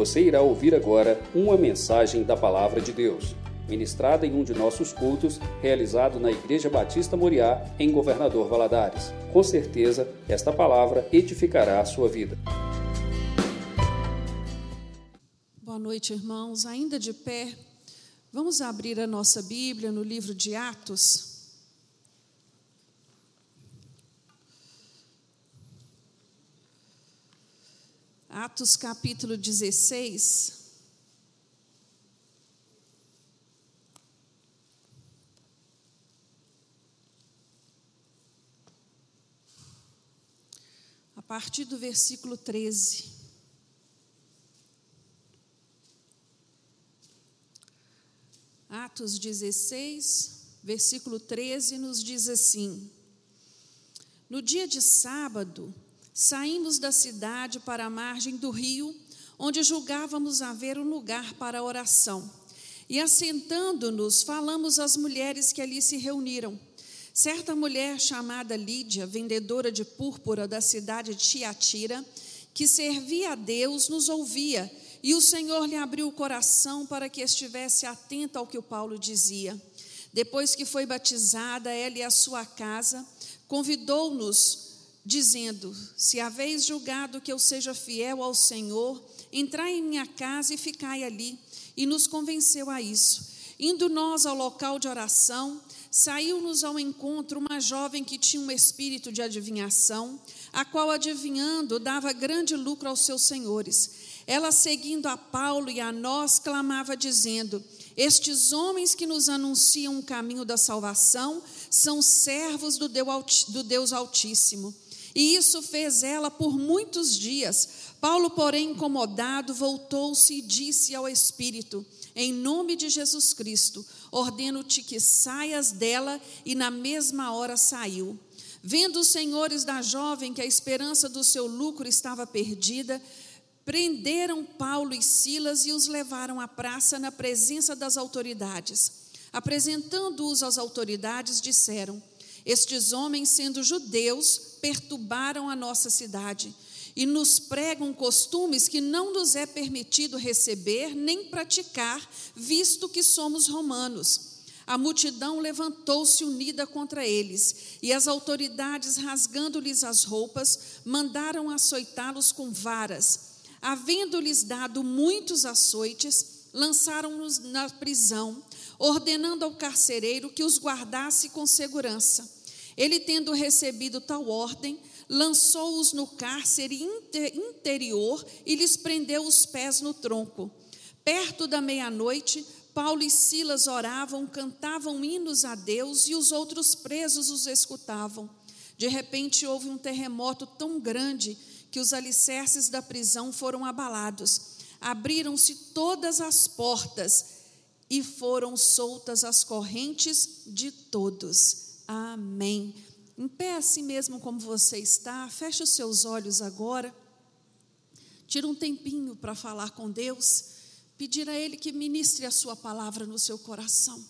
Você irá ouvir agora uma mensagem da Palavra de Deus, ministrada em um de nossos cultos, realizado na Igreja Batista Moriá, em Governador Valadares. Com certeza, esta palavra edificará a sua vida. Boa noite, irmãos. Ainda de pé, vamos abrir a nossa Bíblia no livro de Atos. Atos capítulo 16. A partir do versículo 13. Atos 16, versículo 13, nos diz assim: No dia de sábado, saímos da cidade para a margem do rio, onde julgávamos haver um lugar para a oração. E assentando-nos, falamos às mulheres que ali se reuniram. Certa mulher chamada Lídia, vendedora de púrpura da cidade de Tiatira, que servia a Deus, nos ouvia, e o Senhor lhe abriu o coração para que estivesse atenta ao que o Paulo dizia. Depois que foi batizada, ela e a sua casa, convidou-nos, dizendo: Se haveis julgado que eu seja fiel ao Senhor, entrai em minha casa e ficai ali. E nos convenceu a isso. Indo nós ao local de oração, saiu-nos ao encontro uma jovem que tinha um espírito de adivinhação, a qual, adivinhando, dava grande lucro aos seus senhores. Ela, seguindo a Paulo e a nós, clamava dizendo: Estes homens que nos anunciam o caminho da salvação são servos do Deus Altíssimo. E isso fez ela por muitos dias. Paulo, porém, incomodado, voltou-se e disse ao Espírito: Em nome de Jesus Cristo, ordeno-te que saias dela, e na mesma hora saiu. Vendo os senhores da jovem que a esperança do seu lucro estava perdida, prenderam Paulo e Silas e os levaram à praça na presença das autoridades. Apresentando-os às autoridades, disseram: Estes homens, sendo judeus, perturbaram a nossa cidade e nos pregam costumes que não nos é permitido receber nem praticar, visto que somos romanos. A multidão levantou-se unida contra eles, e as autoridades, rasgando-lhes as roupas, mandaram açoitá-los com varas. Havendo-lhes dado muitos açoites, lançaram-nos na prisão, ordenando ao carcereiro que os guardasse com segurança. Ele, tendo recebido tal ordem, lançou-os no cárcere interior e lhes prendeu os pés no tronco. Perto da meia-noite, Paulo e Silas oravam, cantavam hinos a Deus, e os outros presos os escutavam. De repente houve um terremoto tão grande que os alicerces da prisão foram abalados. Abriram-se todas as portas e foram soltas as correntes de todos. Amém. Em pé, assim mesmo como você está, feche os seus olhos agora. Tira um tempinho para falar com Deus, pedir a Ele que ministre a sua palavra no seu coração.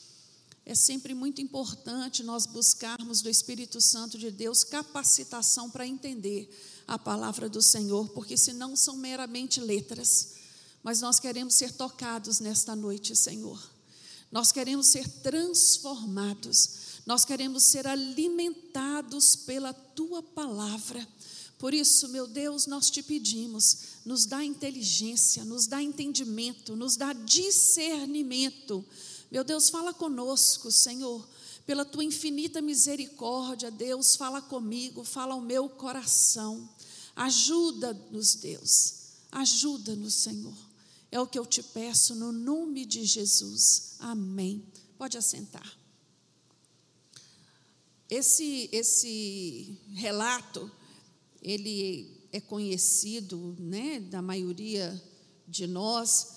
É sempre muito importante nós buscarmos do Espírito Santo de Deus capacitação para entender a palavra do Senhor, porque senão são meramente letras. Mas nós queremos ser tocados nesta noite, Senhor. Nós queremos ser transformados. Nós queremos ser alimentados pela Tua palavra. Por isso, meu Deus, nós te pedimos, nos dá inteligência, nos dá entendimento, nos dá discernimento. Meu Deus, fala conosco, Senhor, pela Tua infinita misericórdia, Deus, fala comigo, fala ao meu coração. Ajuda-nos, Deus, ajuda-nos, Senhor. É o que eu te peço no nome de Jesus. Amém. Pode assentar. Esse relato, ele é conhecido, né, da maioria de nós.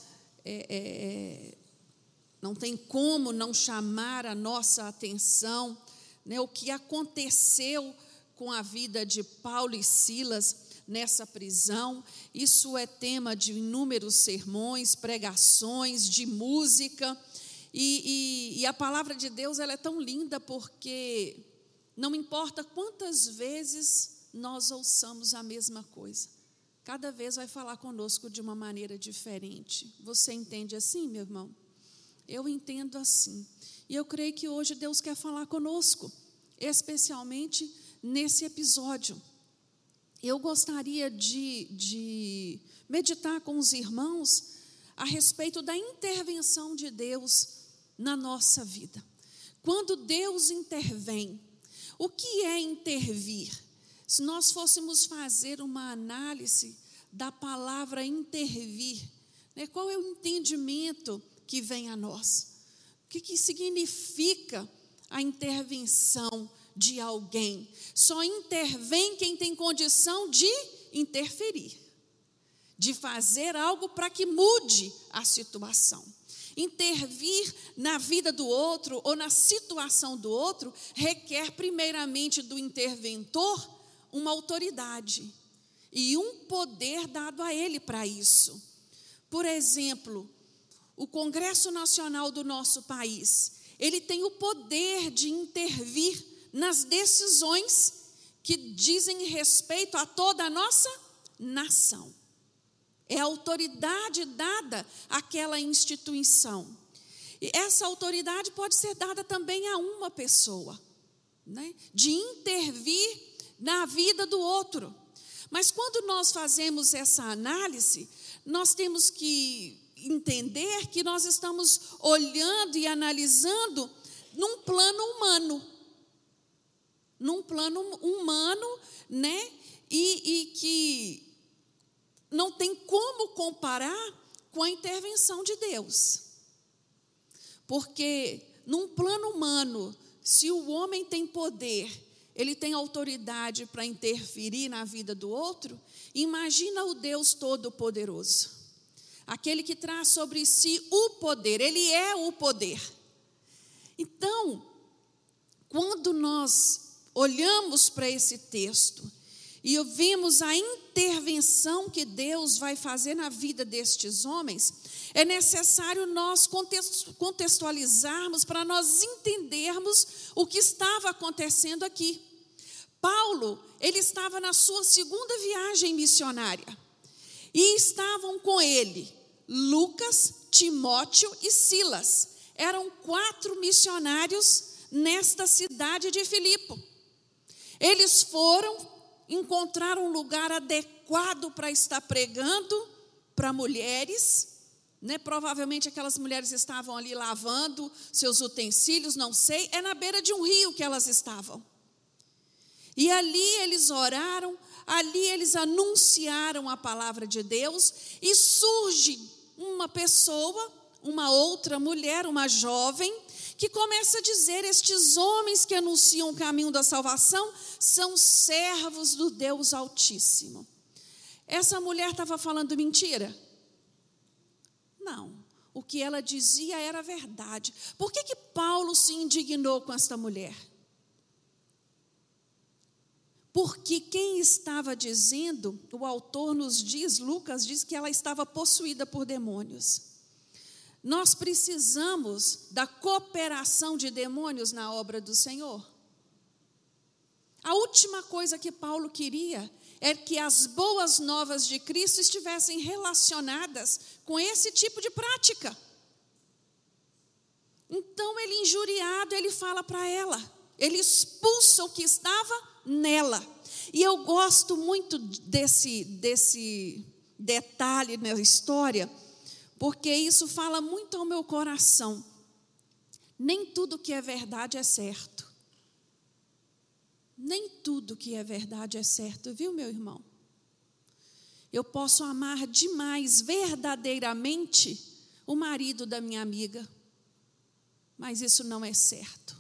Não tem como não chamar a nossa atenção, né, o que aconteceu com a vida de Paulo e Silas nessa prisão. Isso é tema de inúmeros sermões, pregações, de música. E a palavra de Deus, ela é tão linda porque não importa quantas vezes nós ouçamos a mesma coisa, cada vez vai falar conosco de uma maneira diferente. Você entende assim, meu irmão? Eu entendo assim. E eu creio que hoje Deus quer falar conosco, especialmente nesse episódio. Eu gostaria de meditar com os irmãos a respeito da intervenção de Deus na nossa vida. Quando Deus intervém, o que é intervir? Se nós fôssemos fazer uma análise da palavra intervir, né, qual é o entendimento que vem a nós? O que significa a intervenção de alguém? Só intervém quem tem condição de interferir, de fazer algo para que mude a situação. Intervir na vida do outro ou na situação do outro requer primeiramente do interventor uma autoridade e um poder dado a ele para isso. Por exemplo, o Congresso Nacional do nosso país, ele tem o poder de intervir nas decisões que dizem respeito a toda a nossa nação. É a autoridade dada àquela instituição. E essa autoridade pode ser dada também a uma pessoa, né? De intervir na vida do outro. Mas quando nós fazemos essa análise, nós temos que entender que nós estamos olhando e analisando num plano humano. Num plano humano, né? E que não tem como comparar com a intervenção de Deus. Porque num plano humano, se o homem tem poder, ele tem autoridade para interferir na vida do outro, imagina o Deus Todo-Poderoso. Aquele que traz sobre si o poder, ele é o poder. Então, quando nós olhamos para esse texto e vimos a intervenção que Deus vai fazer na vida destes homens, é necessário nós contextualizarmos para nós entendermos o que estava acontecendo aqui. Paulo, ele estava na sua segunda viagem missionária e estavam com ele Lucas, Timóteo e Silas. Eram 4 missionários nesta cidade de Filipe. Eles foram encontrar um lugar adequado para estar pregando para mulheres, né? Provavelmente aquelas mulheres estavam ali lavando seus utensílios, não sei, é na beira de um rio que elas estavam. E ali eles oraram, ali eles anunciaram a palavra de Deus, e surge uma pessoa, uma outra mulher, uma jovem, que começa a dizer: estes homens que anunciam o caminho da salvação são servos do Deus Altíssimo. Essa mulher estava falando mentira? Não. O que ela dizia era verdade. Por que Paulo se indignou com esta mulher? Porque quem estava dizendo, o autor nos diz, Lucas diz que ela estava possuída por demônios. Nós precisamos da cooperação de demônios na obra do Senhor. A última coisa que Paulo queria é que as boas novas de Cristo estivessem relacionadas com esse tipo de prática. Então, ele injuriado, ele fala para ela, ele expulsa o que estava nela. E eu gosto muito desse detalhe na história, porque isso fala muito ao meu coração. Nem tudo que é verdade é certo. Nem tudo que é verdade é certo, viu, meu irmão? Eu posso amar demais, verdadeiramente, o marido da minha amiga, mas isso não é certo.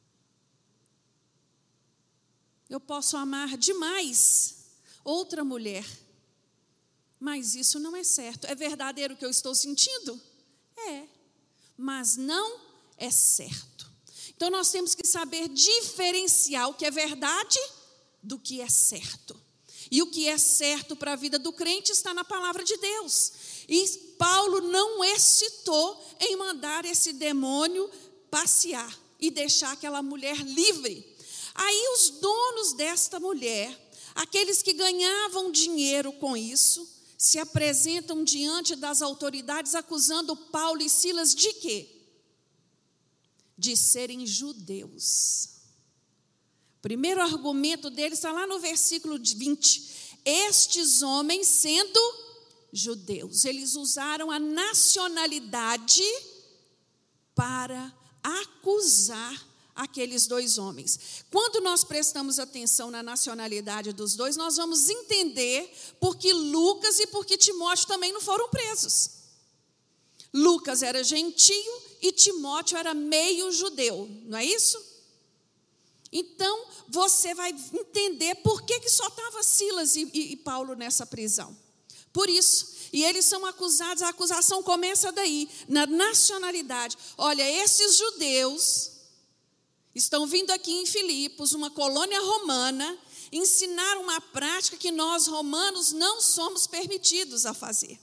Eu posso amar demais outra mulher, mas isso não é certo. É verdadeiro o que eu estou sentindo? É, mas não é certo. Então, nós temos que saber diferenciar o que é verdade do que é certo. E o que é certo para a vida do crente está na palavra de Deus. E Paulo não hesitou em mandar esse demônio passear e deixar aquela mulher livre. Aí os donos desta mulher Aqueles que ganhavam dinheiro com isso se apresentam diante das autoridades acusando Paulo e Silas de quê? De serem judeus. O primeiro argumento deles está lá no versículo 20. Estes homens, sendo judeus, eles usaram a nacionalidade para acusar aqueles dois homens. Quando nós prestamos atenção na nacionalidade dos dois, nós vamos entender por que Lucas e por que Timóteo também não foram presos. Lucas era gentio e Timóteo era meio judeu, não é isso? Então, você vai entender por que só estava Silas e Paulo nessa prisão. Por isso, e eles são acusados, a acusação começa daí, na nacionalidade. Olha, esses judeus estão vindo aqui em Filipos, uma colônia romana, ensinar uma prática que nós romanos não somos permitidos a fazer.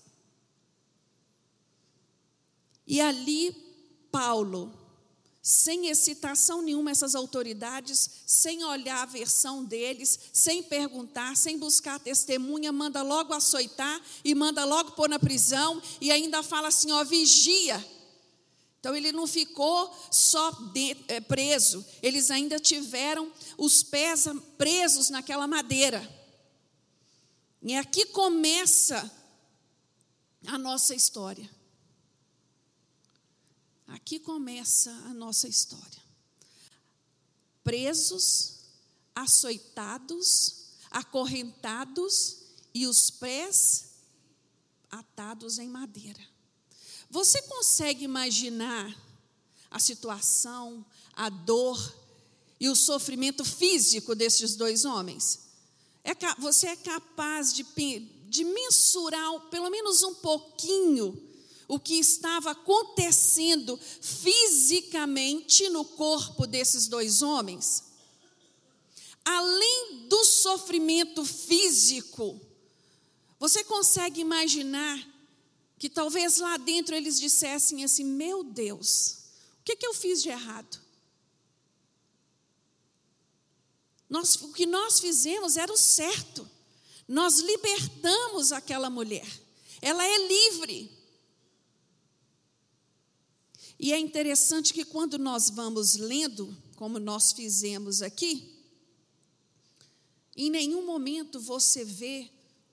E ali, Paulo, sem excitação nenhuma, essas autoridades, sem olhar a versão deles, sem perguntar, sem buscar testemunha, manda logo açoitar e manda logo pôr na prisão e ainda fala assim, ó, vigia. Então ele não ficou só preso, eles ainda tiveram os pés presos naquela madeira. E aqui começa a nossa história. Aqui começa a nossa história. Presos, açoitados, acorrentados e os pés atados em madeira. Você consegue imaginar a situação, a dor e o sofrimento físico desses dois homens? Você é capaz de mensurar, pelo menos um pouquinho, o que estava acontecendo fisicamente no corpo desses dois homens? Além do sofrimento físico, você consegue imaginar que talvez lá dentro eles dissessem assim, meu Deus, o que eu fiz de errado? O que nós fizemos era o certo. Nós libertamos aquela mulher. Ela é livre. E é interessante que quando nós vamos lendo, como nós fizemos aqui, em nenhum momento você vê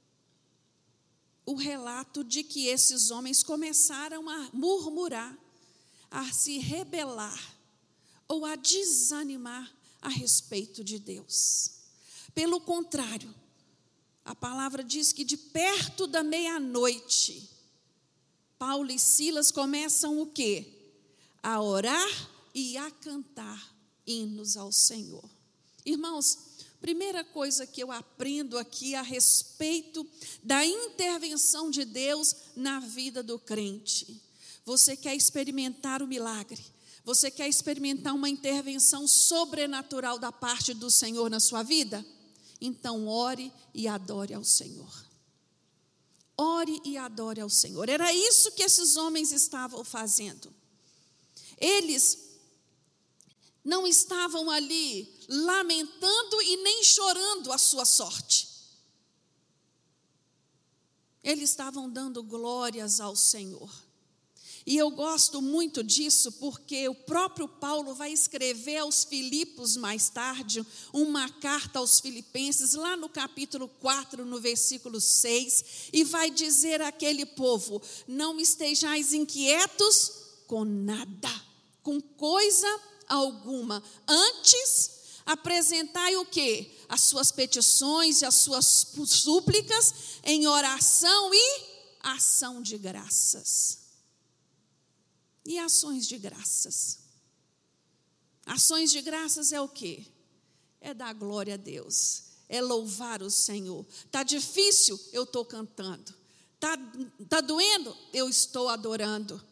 o relato de que esses homens começaram a murmurar, a se rebelar ou a desanimar a respeito de Deus. Pelo contrário, a palavra diz que de perto da meia-noite, Paulo e Silas começam o quê? A orar e a cantar hinos ao Senhor. Irmãos, primeira coisa que eu aprendo aqui a respeito da intervenção de Deus na vida do crente. Você quer experimentar o milagre? Você quer experimentar uma intervenção sobrenatural da parte do Senhor na sua vida? Então ore e adore ao Senhor. Ore e adore ao Senhor. Era isso que esses homens estavam fazendo. Eles não estavam ali lamentando e nem chorando a sua sorte. Eles estavam dando glórias ao Senhor. E eu gosto muito disso porque o próprio Paulo vai escrever aos Filipos mais tarde, uma carta aos Filipenses, lá no capítulo 4, no versículo 6, e vai dizer àquele povo, não estejais inquietos com nada, com coisa alguma. Antes, apresentai o quê? As suas petições e as suas súplicas em oração e ação de graças. E ações de graças. Ações de graças é o quê? É dar glória a Deus, é louvar o Senhor. Está difícil? Eu estou cantando. Está doendo? Eu estou adorando.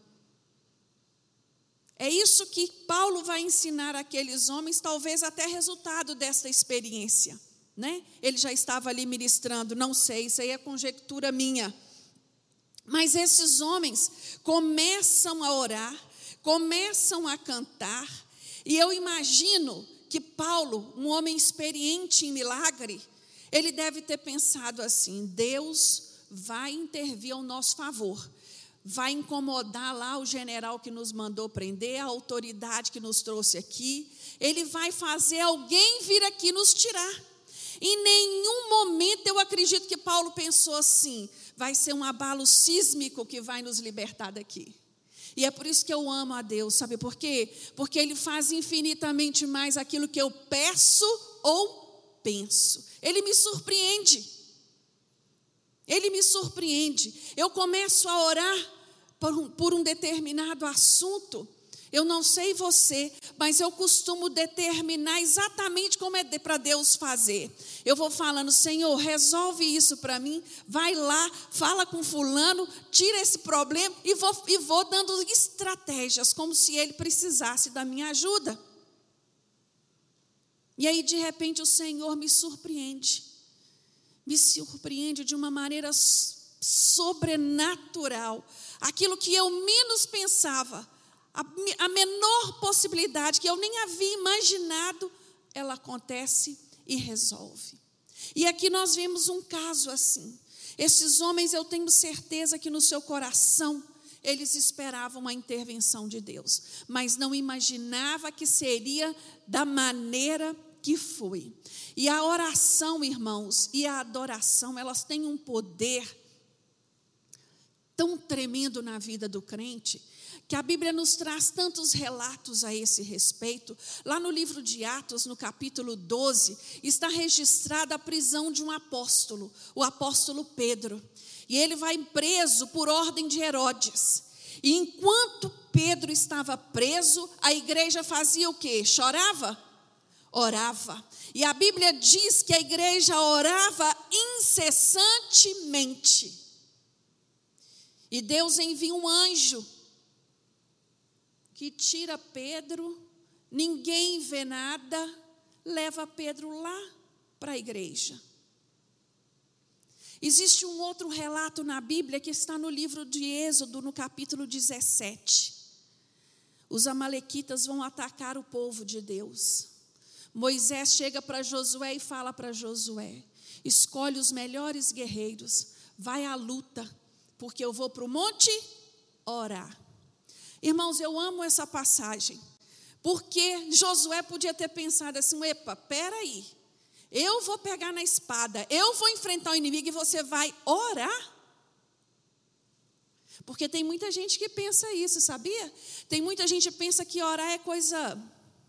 É isso que Paulo vai ensinar àqueles homens, talvez até resultado dessa experiência, né? Ele já estava ali ministrando, não sei, isso aí é conjectura minha. Mas esses homens começam a orar, começam a cantar, e eu imagino que Paulo, um homem experiente em milagre, Ele deve ter pensado assim: Deus vai intervir ao nosso favor, vai incomodar lá o general que nos mandou prender, a autoridade que nos trouxe aqui, ele vai fazer alguém vir aqui nos tirar. Em nenhum momento eu acredito que Paulo pensou assim: vai ser um abalo sísmico que vai nos libertar daqui. E é por isso que eu amo a Deus, sabe por quê? Porque Ele faz infinitamente mais aquilo que eu peço ou penso. Ele me surpreende. Ele me surpreende. Eu começo a orar por um determinado assunto. Eu não sei você, mas eu costumo determinar exatamente como é para Deus fazer. Eu vou falando: Senhor, resolve isso para mim, vai lá, fala com fulano, tira esse problema, e vou dando estratégias, como se ele precisasse da minha ajuda. E aí, de repente, o Senhor me surpreende de uma maneira sobrenatural. Aquilo que eu menos pensava, a menor possibilidade que eu nem havia imaginado, ela acontece e resolve. E aqui nós vemos um caso assim. Esses homens, eu tenho certeza que no seu coração eles esperavam a intervenção de Deus, mas não imaginava que seria da maneira que foi. E a oração, irmãos, e a adoração, elas têm um poder tão tremendo na vida do crente, que a Bíblia nos traz tantos relatos a esse respeito. Lá no livro de Atos, no capítulo 12, está registrada a prisão de um apóstolo, o apóstolo Pedro. E ele vai preso por ordem de Herodes. E enquanto Pedro estava preso, a igreja fazia o quê? Chorava? Orava. E a Bíblia diz que a igreja orava incessantemente. E Deus envia um anjo que tira Pedro, ninguém vê nada, leva Pedro lá para a igreja. Existe um outro relato na Bíblia que está no livro de Êxodo, no capítulo 17. Os amalequitas vão atacar o povo de Deus. Moisés chega para Josué e fala para Josué: escolhe os melhores guerreiros, vai à luta, porque eu vou para o monte orar. Irmãos, eu amo essa passagem, porque Josué podia ter pensado assim: epa, peraí, eu vou pegar na espada, eu vou enfrentar o inimigo e você vai orar? Porque tem muita gente que pensa isso, sabia? Tem muita gente que pensa que orar é coisa...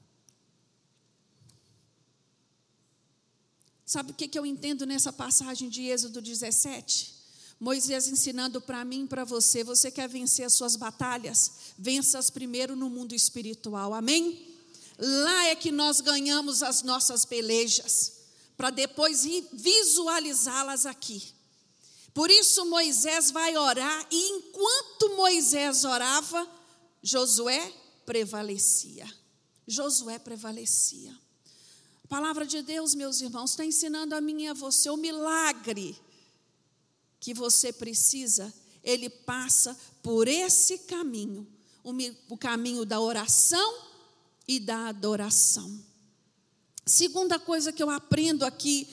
Sabe o que eu entendo nessa passagem de Êxodo 17? Moisés ensinando para mim e para você: você quer vencer as suas batalhas? Vença-as primeiro no mundo espiritual, amém? Lá é que nós ganhamos as nossas pelejas, para depois visualizá-las aqui. Por isso Moisés vai orar, e enquanto Moisés orava, Josué prevalecia. Josué prevalecia. A palavra de Deus, meus irmãos, está ensinando a mim e a você o milagre que você precisa. Ele passa por esse caminho, o caminho da oração e da adoração. Segunda coisa que eu aprendo aqui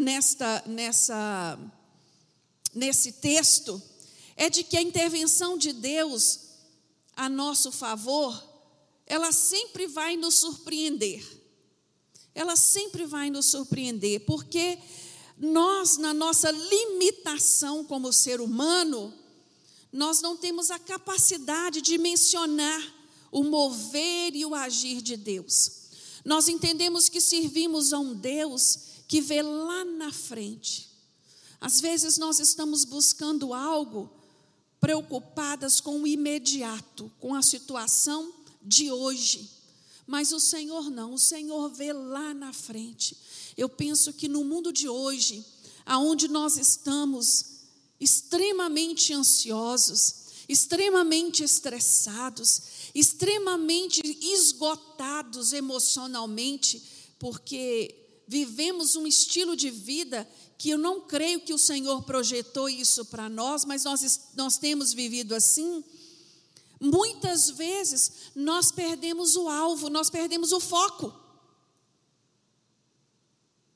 nesse texto é de que a intervenção de Deus a nosso favor, ela sempre vai nos surpreender. Ela sempre vai nos surpreender, porque nós, na nossa limitação como ser humano, nós não temos a capacidade de mencionar o mover e o agir de Deus. Nós entendemos que servimos a um Deus que vê lá na frente. Às vezes nós estamos buscando algo, preocupadas com o imediato, com a situação de hoje. Mas o Senhor não, o Senhor vê lá na frente. Eu penso que no mundo de hoje, aonde nós estamos extremamente ansiosos, extremamente estressados, extremamente esgotados emocionalmente, porque vivemos um estilo de vida que eu não creio que o Senhor projetou isso para nós, mas nós temos vivido assim. Muitas vezes nós perdemos o alvo, nós perdemos o foco.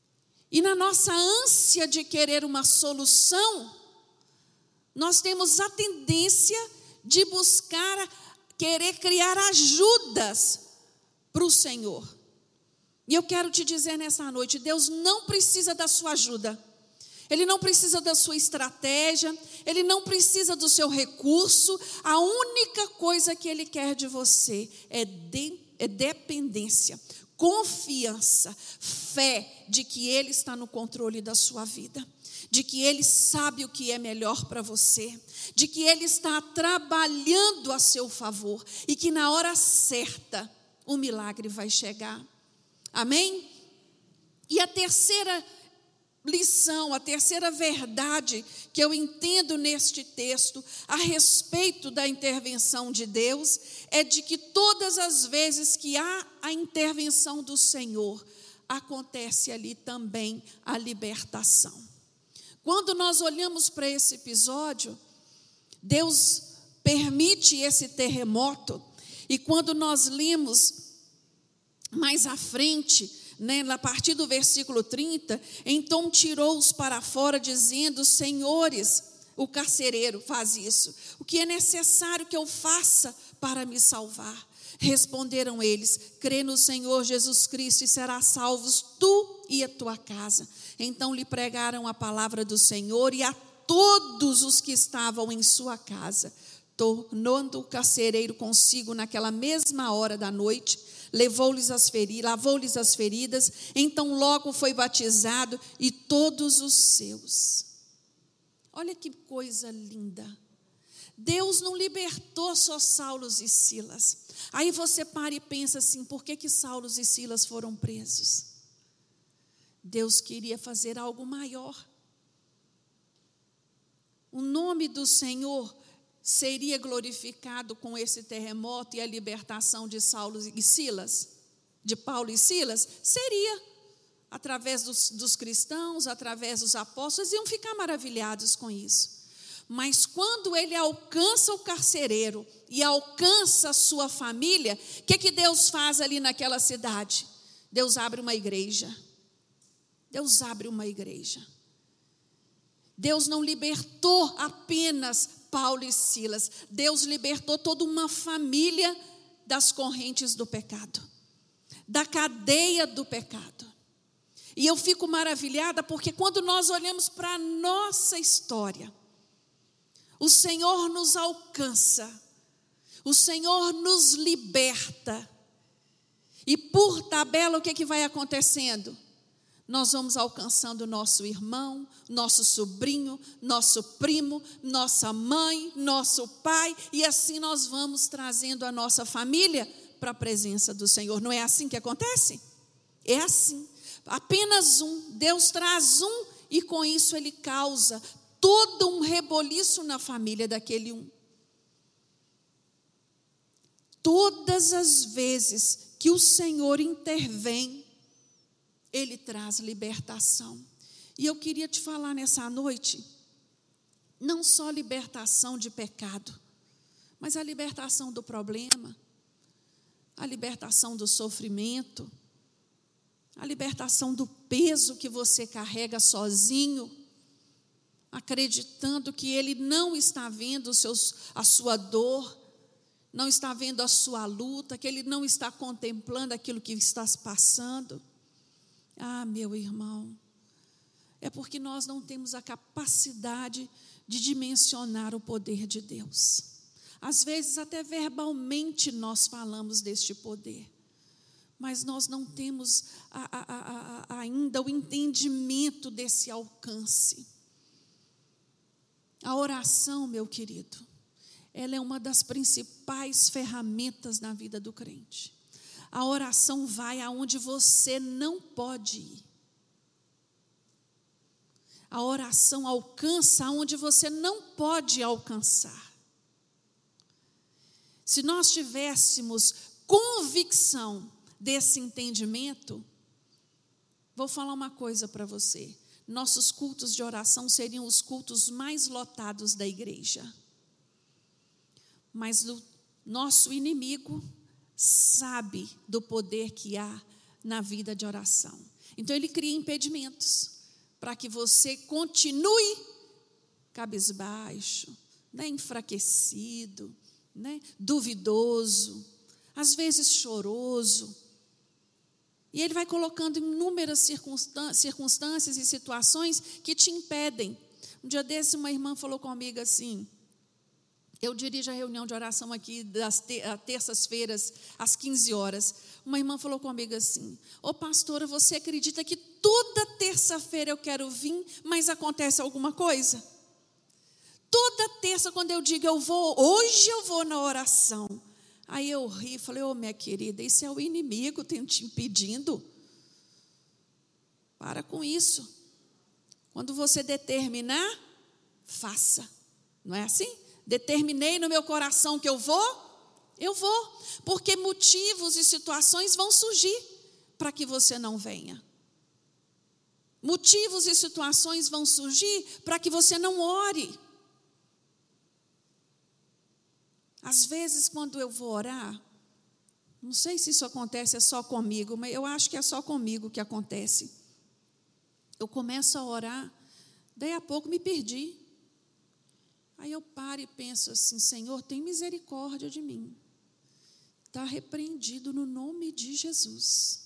E na nossa ânsia de querer uma solução, nós temos a tendência de querer criar ajudas para o Senhor. E eu quero te dizer nessa noite, Deus não precisa da sua ajuda. Ele não precisa da sua estratégia, Ele não precisa do seu recurso. A única coisa que Ele quer de você é dependência, confiança, fé de que Ele está no controle da sua vida, de que Ele sabe o que é melhor para você, de que Ele está trabalhando a seu favor e que na hora certa o milagre vai chegar. Amém? E a terceira lição, a terceira verdade que eu entendo neste texto a respeito da intervenção de Deus é de que todas as vezes que há a intervenção do Senhor, acontece ali também a libertação. Quando nós olhamos para esse episódio, Deus permite esse terremoto, e quando nós lemos mais à frente, a partir do versículo 30, então tirou-os para fora, dizendo: senhores, o carcereiro faz isso, o que é necessário que eu faça para me salvar? Responderam eles: crê no Senhor Jesus Cristo e serás salvos tu e a tua casa. Então lhe pregaram a palavra do Senhor e a todos os que estavam em sua casa. Tornando o carcereiro consigo naquela mesma hora da noite, lavou-lhes as feridas, então logo foi batizado e todos os seus. Olha que coisa linda. Deus não libertou só Saulo e Silas. Aí você para e pensa assim: por que Saulo e Silas foram presos? Deus queria fazer algo maior. O nome do Senhor seria glorificado com esse terremoto e a libertação de Saulo e Silas, de Paulo e Silas? Seria, através dos cristãos, através dos apóstolos, iam ficar maravilhados com isso. Mas quando ele alcança o carcereiro e alcança a sua família, o que Deus faz ali naquela cidade? Deus abre uma igreja. Deus abre uma igreja. Deus não libertou apenas Paulo e Silas, Deus libertou toda uma família das correntes do pecado, da cadeia do pecado. E eu fico maravilhada porque quando nós olhamos para a nossa história, o Senhor nos alcança, o Senhor nos liberta, e por tabela o que vai acontecendo? Nós vamos alcançando nosso irmão, nosso sobrinho, nosso primo, nossa mãe, nosso pai, e assim nós vamos trazendo a nossa família para a presença do Senhor. Não é assim que acontece? É assim. Apenas um, Deus traz um, e com isso Ele causa todo um reboliço na família daquele um. Todas as vezes que o Senhor intervém, Ele traz libertação. E eu queria te falar nessa noite, não só libertação de pecado, mas a libertação do problema, a libertação do sofrimento, a libertação do peso que você carrega sozinho, acreditando que Ele não está vendo a sua dor, não está vendo a sua luta, que Ele não está contemplando aquilo que está se passando. Ah, meu irmão, é porque nós não temos a capacidade de dimensionar o poder de Deus. Às vezes até verbalmente nós falamos deste poder, mas nós não temos ainda o entendimento desse alcance. A oração, meu querido, ela é uma das principais ferramentas na vida do crente. A oração vai aonde você não pode ir. A oração alcança aonde você não pode alcançar. Se nós tivéssemos convicção desse entendimento, vou falar uma coisa para você: nossos cultos de oração seriam os cultos mais lotados da igreja. Mas o nosso inimigo sabe do poder que há na vida de oração. Então ele cria impedimentos para que você continue cabisbaixo, né, enfraquecido, né, duvidoso, às vezes choroso. E ele vai colocando inúmeras circunstâncias e situações que te impedem. Um dia desse, uma irmã falou comigo assim, eu dirijo a reunião de oração aqui das terças-feiras, às 15 horas. Uma irmã falou comigo assim, ô pastora, você acredita que toda terça-feira eu quero vir, mas acontece alguma coisa? Toda terça, quando eu digo hoje eu vou na oração. Aí eu ri e falei, ô minha querida, isso é o inimigo te impedindo. Para com isso. Quando você determinar, faça. Não é assim? Determinei no meu coração que eu vou. Porque motivos e situações vão surgir para que você não venha. Motivos e situações vão surgir para que você não ore. Às vezes, quando eu vou orar, não sei se isso acontece é só comigo, mas eu acho que é só comigo que acontece. Eu começo a orar, daí a pouco me perdi. Aí eu paro e penso assim, Senhor, tem misericórdia de mim. Está repreendido no nome de Jesus.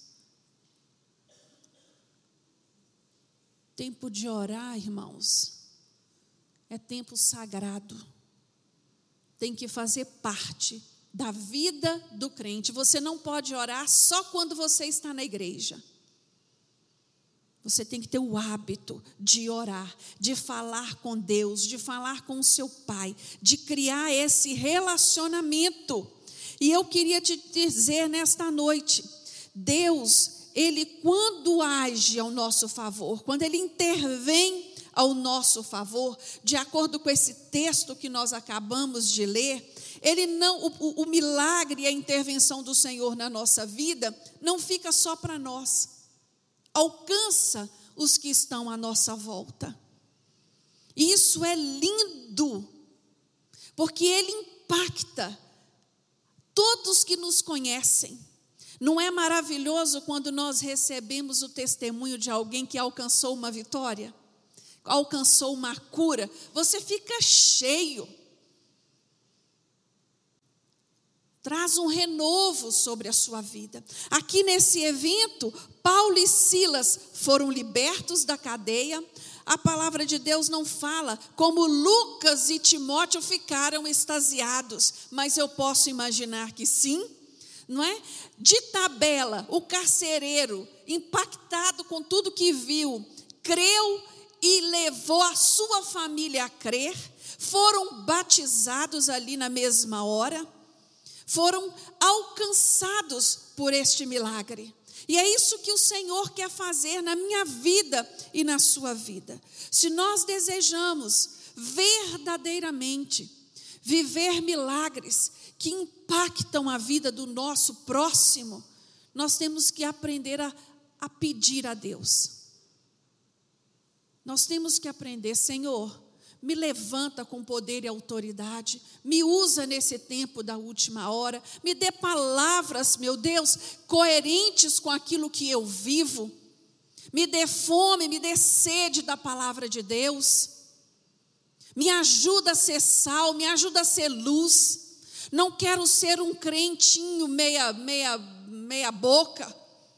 Tempo de orar, irmãos, é tempo sagrado. Tem que fazer parte da vida do crente. Você não pode orar só quando você está na igreja. Você tem que ter o hábito de orar, de falar com Deus, de falar com o seu Pai, de criar esse relacionamento. E eu queria te dizer nesta noite, Deus, Ele quando age ao nosso favor, quando Ele intervém ao nosso favor, de acordo com esse texto que nós acabamos de ler, ele não, o milagre e a intervenção do Senhor na nossa vida não fica só para nós, alcança os que estão à nossa volta. E isso é lindo, porque ele impacta todos que nos conhecem. Não é maravilhoso quando nós recebemos o testemunho de alguém que alcançou uma vitória? Alcançou uma cura, você fica cheio. Traz um renovo sobre a sua vida. Aqui nesse evento, Paulo e Silas foram libertos da cadeia. A palavra de Deus não fala como Lucas e Timóteo ficaram extasiados, mas eu posso imaginar que sim, não é? De tabela, o carcereiro, impactado com tudo que viu, creu e levou a sua família a crer, foram batizados ali na mesma hora, foram alcançados por este milagre. E é isso que o Senhor quer fazer na minha vida e na sua vida. Se nós desejamos verdadeiramente viver milagres que impactam a vida do nosso próximo, nós temos que aprender a pedir a Deus. Nós temos que aprender, Senhor, me levanta com poder e autoridade, me usa nesse tempo da última hora, me dê palavras, meu Deus, coerentes com aquilo que eu vivo, me dê fome, me dê sede da palavra de Deus, me ajuda a ser sal, me ajuda a ser luz. Não quero ser um crentinho meia boca.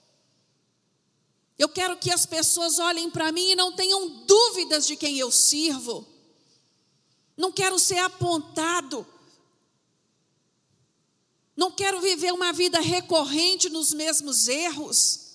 Eu quero que as pessoas olhem para mim e não tenham dúvidas de quem eu sirvo. Não quero ser apontado. Não quero viver uma vida recorrente nos mesmos erros.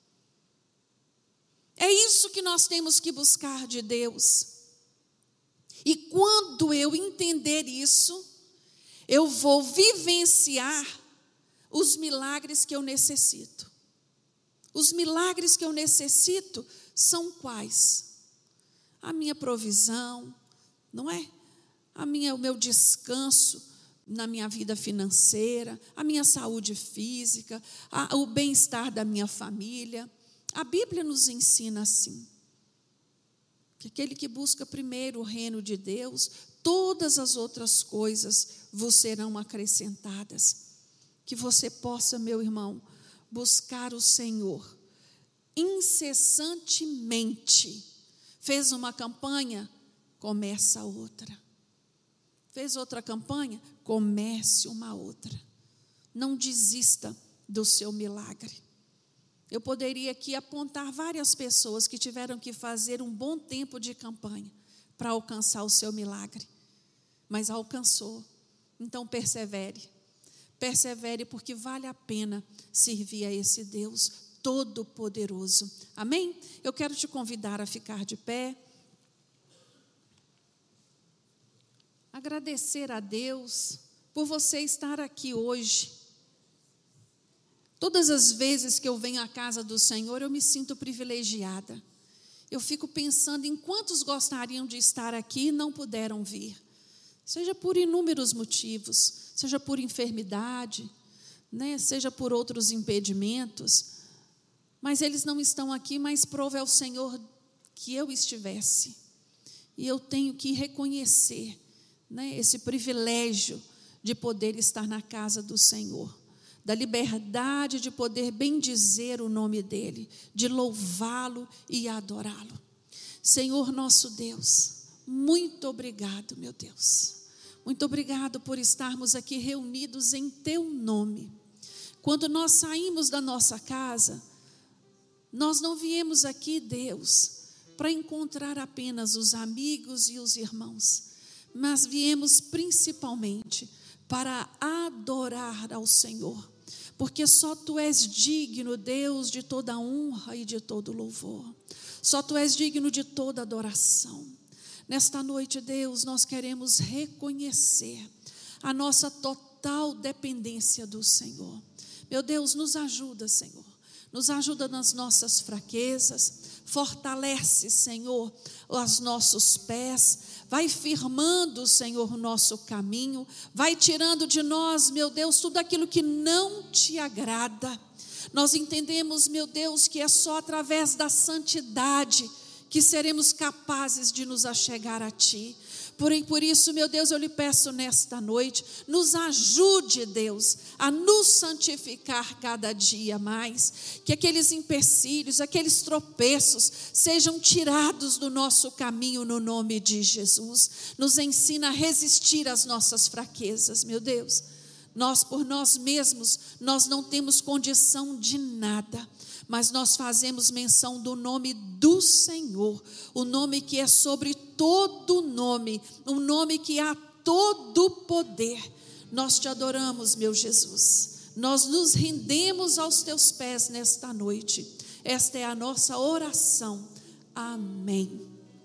É isso que nós temos que buscar de Deus. E quando eu entender isso, eu vou vivenciar os milagres que eu necessito. Os milagres que eu necessito são quais? A minha provisão, não é? O meu descanso na minha vida financeira, a minha saúde física, o bem-estar da minha família. A Bíblia nos ensina assim, que aquele que busca primeiro o reino de Deus, todas as outras coisas vos serão acrescentadas. Que você possa, meu irmão, buscar o Senhor incessantemente. Fez uma campanha, começa outra. Fez outra campanha, comece uma outra. Não desista do seu milagre. Eu poderia aqui apontar várias pessoas que tiveram que fazer um bom tempo de campanha para alcançar o seu milagre, mas alcançou. Então persevere. Persevere, porque vale a pena servir a esse Deus Todo-Poderoso. Amém? Eu quero te convidar a ficar de pé. Agradecer a Deus por você estar aqui hoje. Todas as vezes que eu venho à casa do Senhor, eu me sinto privilegiada. Eu fico pensando em quantos gostariam de estar aqui e não puderam vir. Seja por inúmeros motivos, seja por enfermidade, né? Seja por outros impedimentos. Mas eles não estão aqui, mas prova ao Senhor que eu estivesse. E eu tenho que reconhecer, né, esse privilégio de poder estar na casa do Senhor, da liberdade de poder bendizer o nome dEle, de louvá-lo e adorá-lo. Senhor nosso Deus, muito obrigado, meu Deus. Muito obrigado por estarmos aqui reunidos em Teu nome. Quando nós saímos da nossa casa, nós não viemos aqui, Deus, para encontrar apenas os amigos e os irmãos, mas viemos principalmente para adorar ao Senhor, porque só Tu és digno, Deus, de toda honra e de todo louvor. Só Tu és digno de toda adoração. Nesta noite, Deus, nós queremos reconhecer a nossa total dependência do Senhor. Meu Deus, nos ajuda, Senhor. Nos ajuda nas nossas fraquezas. Fortalece, Senhor, os nossos pés. Vai firmando, Senhor, o nosso caminho. Vai tirando de nós, meu Deus, tudo aquilo que não Te agrada. Nós entendemos, meu Deus, que é só através da santidade que seremos capazes de nos achegar a Ti. Por isso, meu Deus, eu lhe peço nesta noite, nos ajude, Deus, a nos santificar cada dia mais, que aqueles empecilhos, aqueles tropeços sejam tirados do nosso caminho no nome de Jesus. Nos ensina a resistir às nossas fraquezas, meu Deus. Nós, por nós mesmos, nós não temos condição de nada, mas nós fazemos menção do nome do Senhor, o nome que é sobre todo nome, um nome que há todo poder. Nós Te adoramos, meu Jesus. Nós nos rendemos aos Teus pés nesta noite. Esta é a nossa oração. Amém.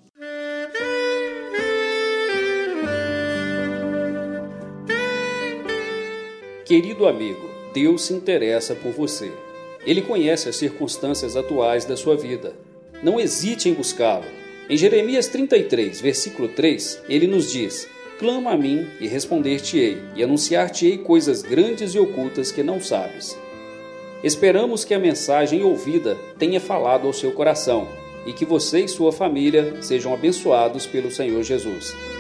Querido amigo, Deus se interessa por você. Ele conhece as circunstâncias atuais da sua vida. Não hesite em buscá-lo. Em Jeremias 33, versículo 3, ele nos diz: clama a mim e responder-te-ei, e anunciar-te-ei coisas grandes e ocultas que não sabes. Esperamos que a mensagem ouvida tenha falado ao seu coração e que você e sua família sejam abençoados pelo Senhor Jesus.